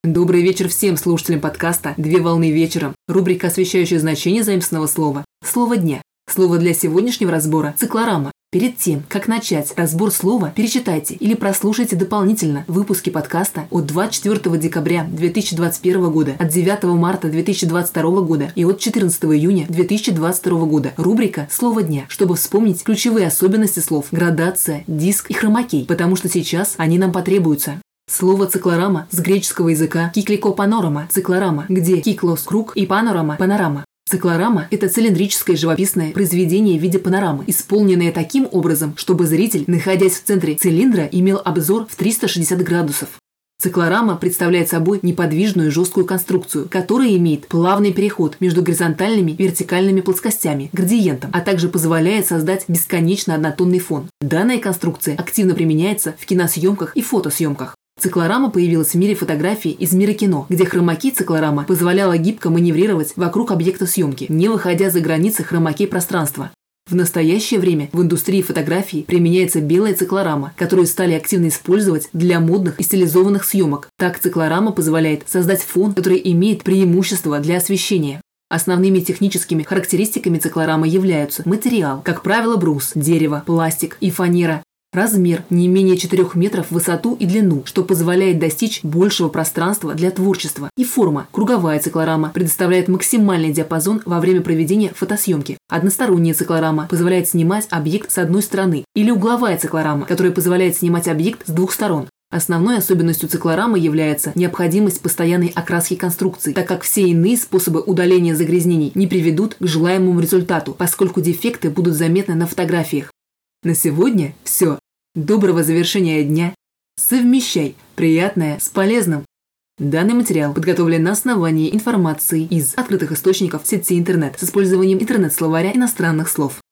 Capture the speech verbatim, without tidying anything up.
Добрый вечер всем слушателям подкаста «Две волны вечером». Рубрика, освещающая значение заимственного слова. Слово дня. Слово для сегодняшнего разбора – циклорама. Перед тем, как начать разбор слова, перечитайте или прослушайте дополнительно выпуски подкаста от двадцать четвёртого декабря две тысячи двадцать первого года, от девятого марта две тысячи двадцать второго года и от четырнадцатого июня две тысячи двадцать второго года. Рубрика «Слово дня», чтобы вспомнить ключевые особенности слов, градация, диск и хромакей, потому что сейчас они нам потребуются. Слово «циклорама» с греческого языка «кикликопанорама» – циклорама, где «киклос» – круг и «панорама» – панорама. Циклорама – это цилиндрическое живописное произведение в виде панорамы, исполненное таким образом, чтобы зритель, находясь в центре цилиндра, имел обзор в триста шестьдесят градусов. Циклорама представляет собой неподвижную жесткую конструкцию, которая имеет плавный переход между горизонтальными и вертикальными плоскостями, градиентом, а также позволяет создать бесконечно однотонный фон. Данная конструкция активно применяется в киносъемках и фотосъемках. Циклорама появилась в мире фотографии из мира кино, где хромакей циклорама позволяла гибко маневрировать вокруг объекта съемки, не выходя за границы хромакей пространства. В настоящее время в индустрии фотографии применяется белая циклорама, которую стали активно использовать для модных и стилизованных съемок. Так циклорама позволяет создать фон, который имеет преимущество для освещения. Основными техническими характеристиками циклорамы являются материал, как правило, брус, дерево, пластик и фанера. Размер не менее четырёх метров в высоту и длину, что позволяет достичь большего пространства для творчества. И форма. Круговая циклорама предоставляет максимальный диапазон во время проведения фотосъемки. Односторонняя циклорама позволяет снимать объект с одной стороны. Или угловая циклорама, которая позволяет снимать объект с двух сторон. Основной особенностью циклорамы является необходимость постоянной окраски конструкции, так как все иные способы удаления загрязнений не приведут к желаемому результату, поскольку дефекты будут заметны на фотографиях. На сегодня все. Доброго завершения дня. Совмещай приятное с полезным. Данный материал подготовлен на основании информации из открытых источников сети интернет с использованием интернет-словаря иностранных слов.